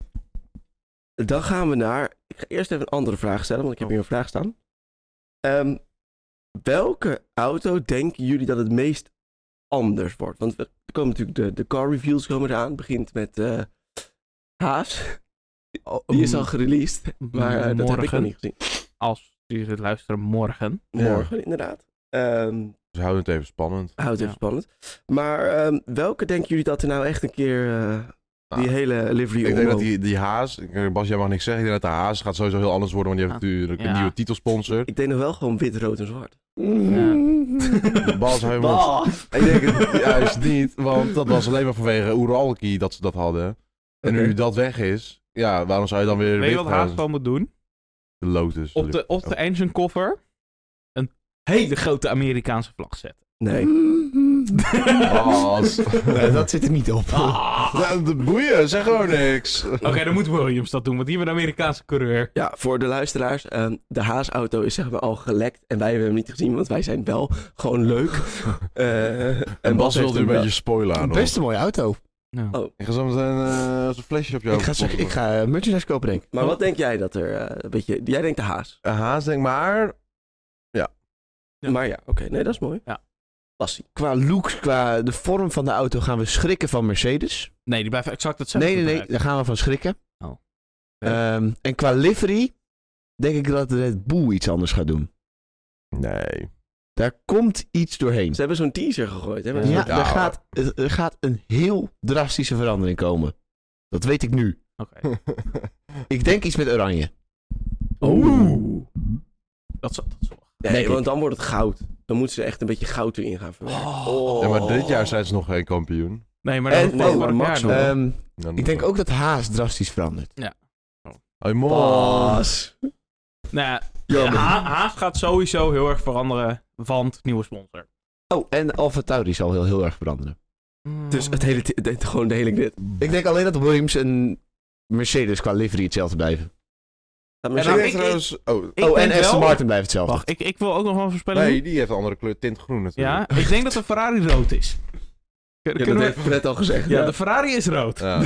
Dan gaan we naar... Ik ga eerst even een andere vraag stellen, want ik heb hier een vraag staan. Um, welke auto denken jullie dat het meest anders wordt? Want we- er komen natuurlijk de, de car reveals komen eraan. Het begint met uh, Haas. Die is al gereleased, maar uh, dat heb ik nog Morgen. niet gezien. Als jullie het luisteren, morgen. Ja. Morgen, inderdaad. Um, Dus houden het even spannend. Houdt het Ja. even spannend. Maar um, welke denken jullie dat er nou echt een keer uh, die Ah, hele livery Ik denk dat omhoog- die, die Haas, ik- Bas, jij mag niks zeggen. Ik denk dat de Haas gaat sowieso heel anders worden, want die heeft Ja. natuurlijk een Ja. nieuwe titelsponsor. Ik denk nog wel gewoon wit, rood en zwart. Bas, helemaal. Ik denk het juist niet, want dat was alleen maar vanwege Uralki dat ze dat hadden. En nu Oké. dat weg is, ja, waarom zou je dan weer Weet je wit wat gaan? Haas gewoon moet doen? De Lotus. Op de, op de engine cover een hele grote Amerikaanse vlag zetten. Nee. Bas. Nee, dat zit er niet op. Ja, de boeien, zeg gewoon niks. Oké, dan moet Williams dat doen, want die hebben een Amerikaanse coureur. Ja, voor de luisteraars. Um, de Haas-auto is zeg maar al gelekt. En wij hebben hem niet gezien, want wij zijn wel gewoon leuk. Uh, en, En Bas heeft wilde hem een wel- beetje spoilen aan. Best een mooie auto. Ja. Oh, Ik ga zo meteen uh, zo'n flesje op jou. Ik ga, zeg, ik ga uh, merchandise kopen, denk ik. maar wat denk jij dat er... Uh, een beetje, jij denkt de Haas. Een Haas, denk maar. Ja. Maar ja, oké. Nee, dat is mooi. Ja. Passie. Qua looks, qua de vorm van de auto gaan we schrikken van Mercedes. Nee, die blijven exact hetzelfde. Nee, nee, nee. gebruiken. Daar gaan we van schrikken. Oh. Ehm, en qua livery denk ik dat de Red Bull iets anders gaat doen. Nee. Daar komt iets doorheen. Ze hebben zo'n teaser gegooid. Hè, met Ja, zo'n- Ja. Er, gaat, er gaat een heel drastische verandering komen. Dat weet ik nu. Oké. Ik denk iets met oranje. Oeh. Dat zal, dat zal. Nee, Denk ik. want dan wordt het goud. Dan moeten ze echt een beetje goud erin gaan verwerken. Oh. Ja, maar dit jaar zijn ze nog geen kampioen. Nee, maar En- dat nee, was maar vorig Max jaar wel. nog. Ehm, Dan- ik denk ook dat Haas drastisch verandert. Hoi, mooi. Bas. Nou ja, Jammer. Ha- Haas gaat sowieso heel erg veranderen, want nieuwe sponsor. Oh, en Alfa Tauri zal heel, heel erg veranderen. Dus het hele, t- de- gewoon de hele grid. Ik denk alleen dat Williams en Mercedes qua livery hetzelfde blijven. Gaat En Mercedes- dan- Ik ik- trouwens... Oh, Ik oh, en denk Aston wel- Martin blijft hetzelfde. Wacht, ik, ik wil ook nog wel een voorspelling nee, doen. die heeft een andere kleur, tint groen natuurlijk. Ja, ik denk dat de Ferrari rood is. Kun- Ja, dat kunnen we- heeft Fred al gezegd. ja, Ja, de Ferrari is rood. Ja.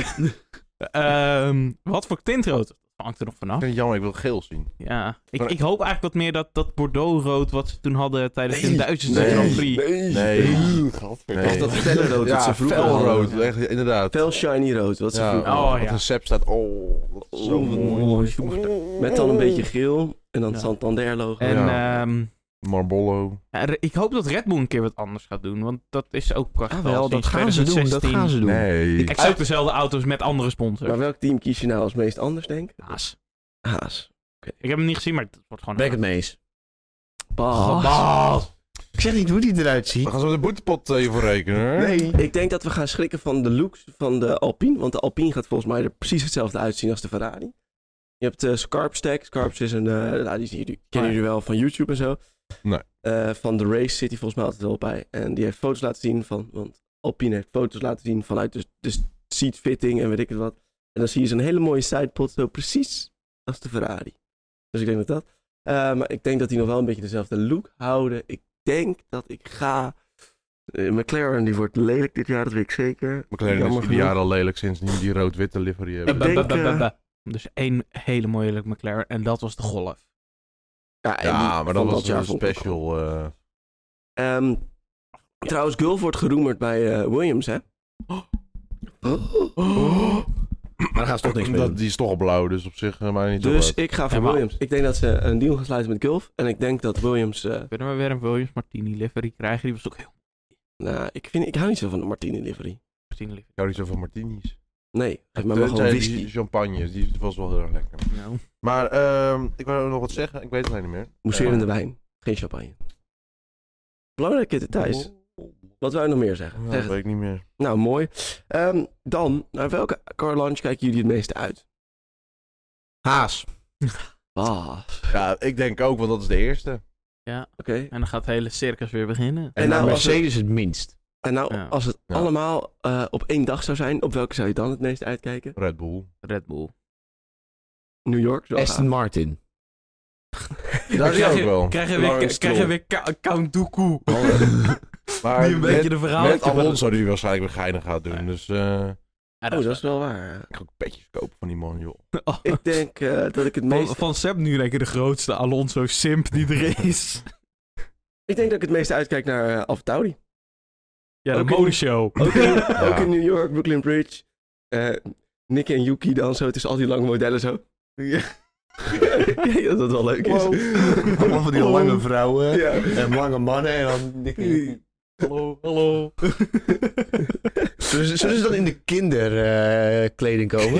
Ehm, wat voor tint rood? Dat hangt er nog Ik vanaf. vind het jammer, ik wil geel zien. Ja, ik, Maar- ik hoop eigenlijk wat meer dat, dat Bordeaux-rood wat ze toen hadden tijdens Nee, de Duitse nee, Grand Prix. Nee. Nee. Gadverdamme. Of dat felle rood. wat Ja, ze vroeger felrood, hadden. echt, inderdaad. Fel shiny rood. Wat ze Ja, vroeger Oh, hadden. wat ja. een Sepp staat. Oh, dat is zo Oh, mooi. Met dan een beetje geel. En dan Ja. het Santander logo. En Ja. ehm, Marbollo. ja, re- ik hoop dat Red Bull een keer wat anders gaat doen, want dat is ook echt Ah, wel wel, sinds dat gaan ze doen. Dat tweeduizend zestien gaan ze doen. Nee. Exact dezelfde auto's met andere sponsors. Maar welk team kies je nou als meest anders, denk ik? Haas. Haas. Ik heb hem niet gezien, maar het wordt gewoon... Ben ik het mee eens. Bas. Bas. Ik zeg niet hoe die eruit ziet. We gaan zo de boetepot uh, hiervoor rekenen. Hoor. Nee. Ik denk dat we gaan schrikken van de looks van de Alpine. Want de Alpine gaat volgens mij er precies hetzelfde uitzien als de Ferrari. Je hebt uh, Scarpstack. Scarps is een... Uh, nou, die, zie je- die kennen jullie wel van YouTube en zo. Nee. Uh, van de race zit hij volgens mij altijd wel bij. En die heeft foto's laten zien van... Want Alpine heeft foto's laten zien vanuit de, de seatfitting en weet ik het wat. En dan zie je zo'n hele mooie sidepod, zo precies als de Ferrari. Dus ik denk dat dat... Uh, maar ik denk dat die nog wel een beetje dezelfde look houden. Ik denk dat ik ga... Uh, McLaren die wordt lelijk dit jaar, dat weet ik zeker. McLaren Jammer is ieder genoeg. jaar al lelijk sinds die, die rood-witte livery hebben. Ik Ba- ba- denk, ba- ba- eh, ba. Dus één hele mooie McLaren en dat was de Golf. Ja, en Ja, die maar dat van was jaar een vond ik ook special. eh wel. Um, trouwens, Gulf wordt geroemerd bij uh, Williams, hè? Maar daar gaan ze toch niks mee dat, doen. die is toch al blauw, dus op zich uh, maar niet zo Dus uit. ik ga voor Ja, maar- Williams. Ik denk dat ze een deal gaan sluiten met Gulf. En ik denk dat Williams... Uh, Kunnen we weer een Williams Martini livery krijgen? Die was ook heel nou, ik, vind, ik hou niet zo van de Martini livery. Martini livery. Ik hou niet zo van martinis. Nee, geef me maar Tenzij gewoon die whisky. champagne is, die was wel heel erg lekker. Nou, Maar ehm ik wou nog wat zeggen, ik weet het alleen niet meer. Mousserende Eh, wijn, geen champagne. Belangrijke details. Wat wou je nog meer zeggen? Ja, Zeg dat het. weet ik niet meer. Nou, mooi. Um, dan, naar welke car launch kijken jullie het meeste uit? Haas. Ah, Ja, ik denk ook, want dat is de eerste. ja, oké. en dan gaat het hele circus weer beginnen. En, En nou, nou, als het- Mercedes het minst. En nou, Ja. als het Ja. allemaal uh, op één dag zou zijn, op welke zou je dan het meest uitkijken? Red Bull. Red Bull. New York? Zo Aston Martin. Daar is hij ook wel. Krijg je Lawrence weer, Stroll. krijg je weer Ka- Count Dooku. Maar Die een beetje met, de verhalen. met Alonso die waarschijnlijk weer geinig gaat doen. Ja. Dus eh Ja, Oh, dat is wel waar. ik ga ook petjes kopen van die man, joh. Oh. Ik denk uh, dat ik het Van, meest... van Seb nu denk ik de grootste Alonso-simp die er is. Ik denk dat ik het meeste uitkijk naar uh, AlphaTauri. Ja, de Ook in- modeshow. Ook in, ook in New York, Brooklyn Bridge. Uh, Nick en Yuki dan zo, tussen al die lange modellen zo. Ja. Ja, dat dat wel leuk is. Allemaal van die lange vrouwen Ja. en lange mannen en dan... Nicky. Hallo, hallo. Zullen ze, zullen ze dan in de kinderkleding komen?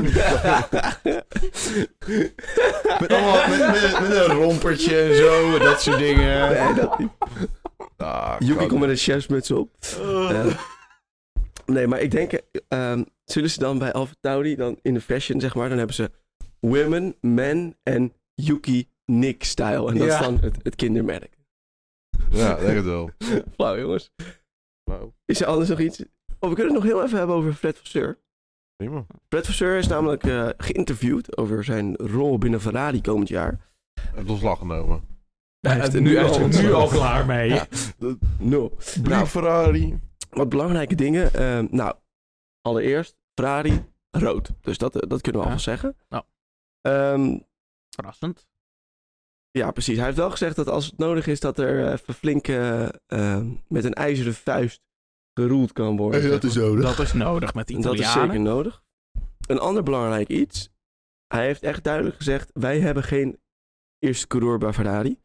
Met, allemaal, met, met, met een rompertje en zo, en dat soort dingen. Nee, dat niet. Ah, Yuki kan- komt met een chefsmuts op. Uh, nee, maar ik denk... Um, zullen ze dan bij AlphaTauri, dan in de fashion zeg maar, dan hebben ze women, men en Yuki Nick style. En dat Ja. is dan het, het kindermerk. Ja, denk het wel. Flauw jongens. Nou, Is er anders nog iets? Oh, we kunnen het nog heel even hebben over Fred Vasseur. prima. Fred Vasseur is namelijk uh, geïnterviewd over zijn rol binnen Ferrari komend jaar. Hij heeft ontslag genomen. Hij Hij heeft is er nu, nu hij is al er nu ontslag. al klaar mee. Ja. Nul. Brief Nou, Ferrari. wat belangrijke dingen. Uh, nou, allereerst Ferrari rood. Dus dat, uh, dat kunnen we Ja. al zeggen. Nou. Um, Verrassend. ja, precies. Hij heeft wel gezegd dat als het nodig is dat er even flink uh, uh, met een ijzeren vuist geroeld kan worden. En dat is nodig. Dat is nodig met de En dat is Italianen. zeker nodig. Een ander belangrijk iets. Hij heeft echt duidelijk gezegd, wij hebben geen eerste coureur bij Ferrari.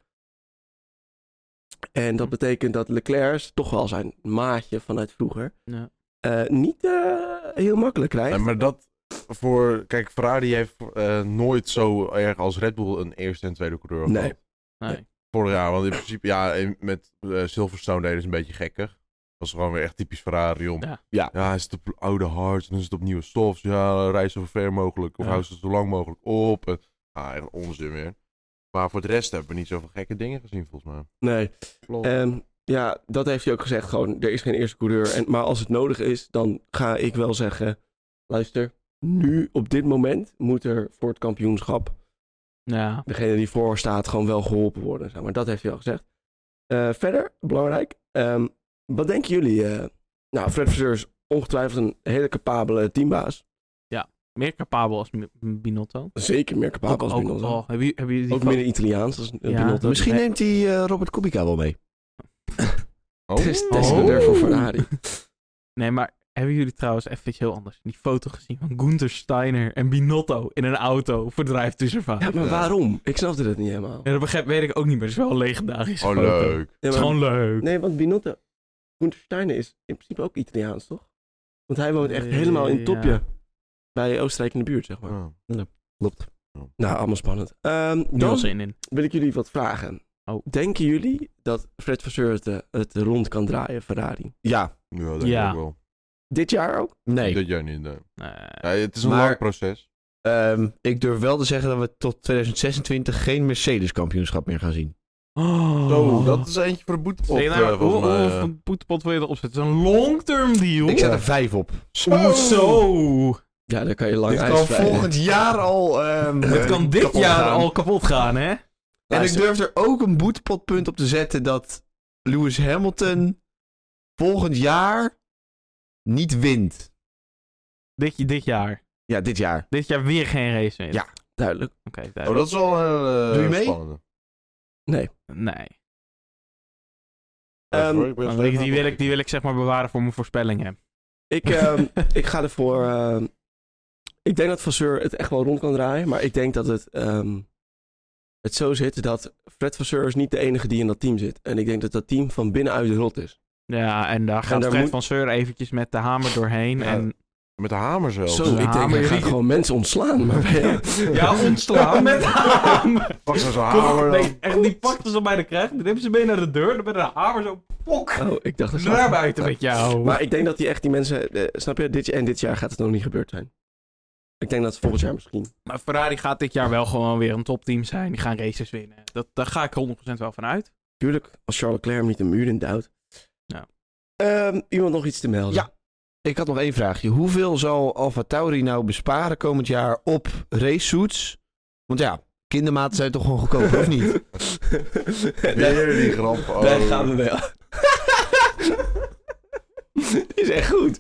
En dat betekent dat Leclerc toch wel zijn maatje vanuit vroeger Ja. uh, niet uh, heel makkelijk krijgt. Nee, maar dat voor... Kijk, Ferrari heeft uh, nooit zo erg als Red Bull een eerste en tweede coureur Nee. gehad. Nee. Vorig jaar, want in principe, ja, in- met uh, Silverstone deden ze een beetje gekker. Dat was gewoon weer echt typisch Ferrari om... Ja. Ja. Ja, hij zit op oude hards en dan is het op nieuwe stofs. Ja, reis zo ver mogelijk of Ja. hou ze zo lang mogelijk op. En, ah, echt onzin weer. Maar voor de rest hebben we niet zoveel gekke dingen gezien, volgens mij. Nee. Klopt. Um, ja, dat heeft hij ook gezegd. Gewoon, er is geen eerste coureur. En, maar als het nodig is, dan ga ik wel zeggen... Luister, nu op dit moment moet er voor het kampioenschap... Ja. degene die voor staat gewoon wel geholpen worden. Zeg maar dat heeft hij al gezegd. Uh, verder, belangrijk. Um, wat denken jullie? Uh, nou, Fred Vasseur is ongetwijfeld een hele capabele teambaas. Meer capabel als Mi- Binotto. Zeker meer capabel als ook, Binotto. oh, hebben jullie, hebben jullie die Ook fo- minder Italiaans als uh, Ja, Binotto. Misschien Nee. neemt hij uh, Robert Kubica wel mee. Oh, Test- testen we er voor Ferrari. Nee, maar hebben jullie trouwens even iets heel anders. Die foto gezien van Gunther Steiner en Binotto in een auto voor Drive to Survive. Ja, maar waarom? Ik snapte dat niet helemaal. Ja, dat begrijp, weet ik ook niet meer. Het is wel een legendarische oh, foto. leuk. Ja, Het is maar- gewoon leuk. Nee, want Binotto... Gunther Steiner is in principe ook Italiaans, toch? Want hij woont echt helemaal in het topje. Ja. Bij Oostenrijk in de buurt, zeg maar. Ja. Klopt. Nou, allemaal spannend. Um, Nu al dan zin in. wil ik jullie wat vragen. Oh. Denken jullie dat Fred Vasseur het, uh, het rond kan draaien, Ferrari? Ja. Ja, denk Ja. ik ook wel. Dit jaar ook? Nee. Dit jaar niet, nee. Nee. Ja, het is een Maar- lang proces. Um, ik durf wel te zeggen dat we tot tweeduizend zesentwintig geen Mercedes kampioenschap meer gaan zien. Oh. Zo, dat is eentje voor de boetepot. Zeg je nou, eh, volgens hoe- mij, hoeveel eh. boetepot wil je erop zetten? Het is een long-term deal. Ik zet Ja. er vijf op. Oeh, zo. Ja, daar kan je lang Dit kan uitspreiden. volgend jaar al... ehm, Het kan eh, dit kapot jaar gaan. al kapot gaan, hè? En ik Luister. durf er ook een boetepotpunt op te zetten dat Lewis Hamilton volgend jaar niet wint. Dit, dit jaar. Ja, dit jaar. Dit jaar weer geen race win. Ja. Duidelijk. Oké, Oh, duidelijk. dat is wel een uh, Doe je mee? spannende. Nee. Nee. Ehm, Sorry, ik ben Dan zo wil ik- even die, wil ik, die wil ik zeg maar bewaren voor mijn voorspellingen. Ik, ehm, ik ga ervoor... ehm, ik denk dat Vasseur het echt wel rond kan draaien. Maar ik denk dat het, ehm, het zo zit dat Fred Vasseur is niet de enige die in dat team zit. En ik denk dat dat team van binnenuit de rot is. Ja, en daar gaat daar Fred moet- van Seur eventjes met de hamer doorheen. Ja. En Met de hamer zelfs. Zo, de ik denk hamer, hij je gaat riekt- gewoon mensen ontslaan. Maar ja. ja, ontslaan met de hamer. Pak ze zo'n hamer. Nee, dan. echt, die pakte ze bij de krijg. Dan nemen ze mee naar de deur. Dan met de hamer zo, pok, Oh, ik dacht dat naar buiten met jou. Maar ik denk dat die echt die mensen... eh, snap je? Dit, en dit jaar gaat het nog niet gebeurd zijn. Ik denk dat het volgend jaar misschien... Maar Ferrari gaat dit jaar wel gewoon weer een topteam zijn. Die gaan races winnen. Dat, daar ga ik honderd procent wel van uit. Tuurlijk, als Charles Leclerc hem niet een muur in duwt. Ja. Ehm, iemand nog iets te melden? Ja. Ik had nog één vraagje. Hoeveel zal AlphaTauri nou besparen komend jaar op racesuits? Want ja, kindermaten zijn toch gewoon goedkoper, of niet? Weer die grap. Oh. Daar gaan we wel. Die is echt goed.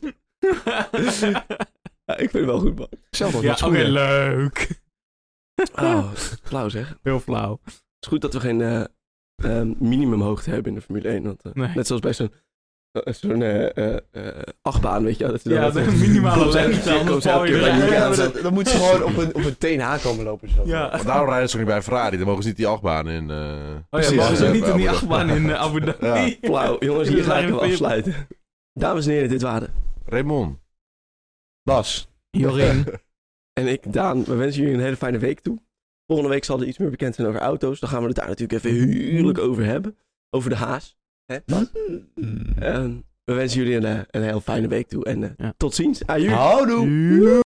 Ja, ik vind het wel goed, man. Zelf nog Ja, wat oké, schoenen. leuk. Oh, flauw zeg. Heel flauw. Het is goed dat we geen eh, ehm, minimumhoogte hebben in de Formule één. Want, eh, Nee. Net zoals bij zo'n eh, zo'n eh, eh, eh, achtbaan, weet je wel. Dat ze dan Ja, altijd- de minimale Komt elke lengte, keer- anders komt val elke je keer eruit. bij die Ja, kant. maar dan, dan moet ze gewoon op een, op een T N H komen lopen. Zo. Ja. Maar daarom rijden ze ook niet bij Ferrari. Dan mogen ze niet die achtbaan in. eh Oh ja, Precies, mogen ze ja, niet in die ja, achtbaan in eh, Abu Dhabi. Ja. Flauw. Jongens, hier ga ik hem afsluiten. Dames en heren, dit waren. Raymond. Bas. Jorien. En ik, Daan, we wensen jullie een hele fijne week toe. Volgende week zal er iets meer bekend zijn over auto's. Dan gaan we het daar natuurlijk even heerlijk over hebben. Over de haas. Hè? En we wensen jullie een, eh, een heel fijne week toe. En eh, Ja. tot ziens. Aju. Houdoe.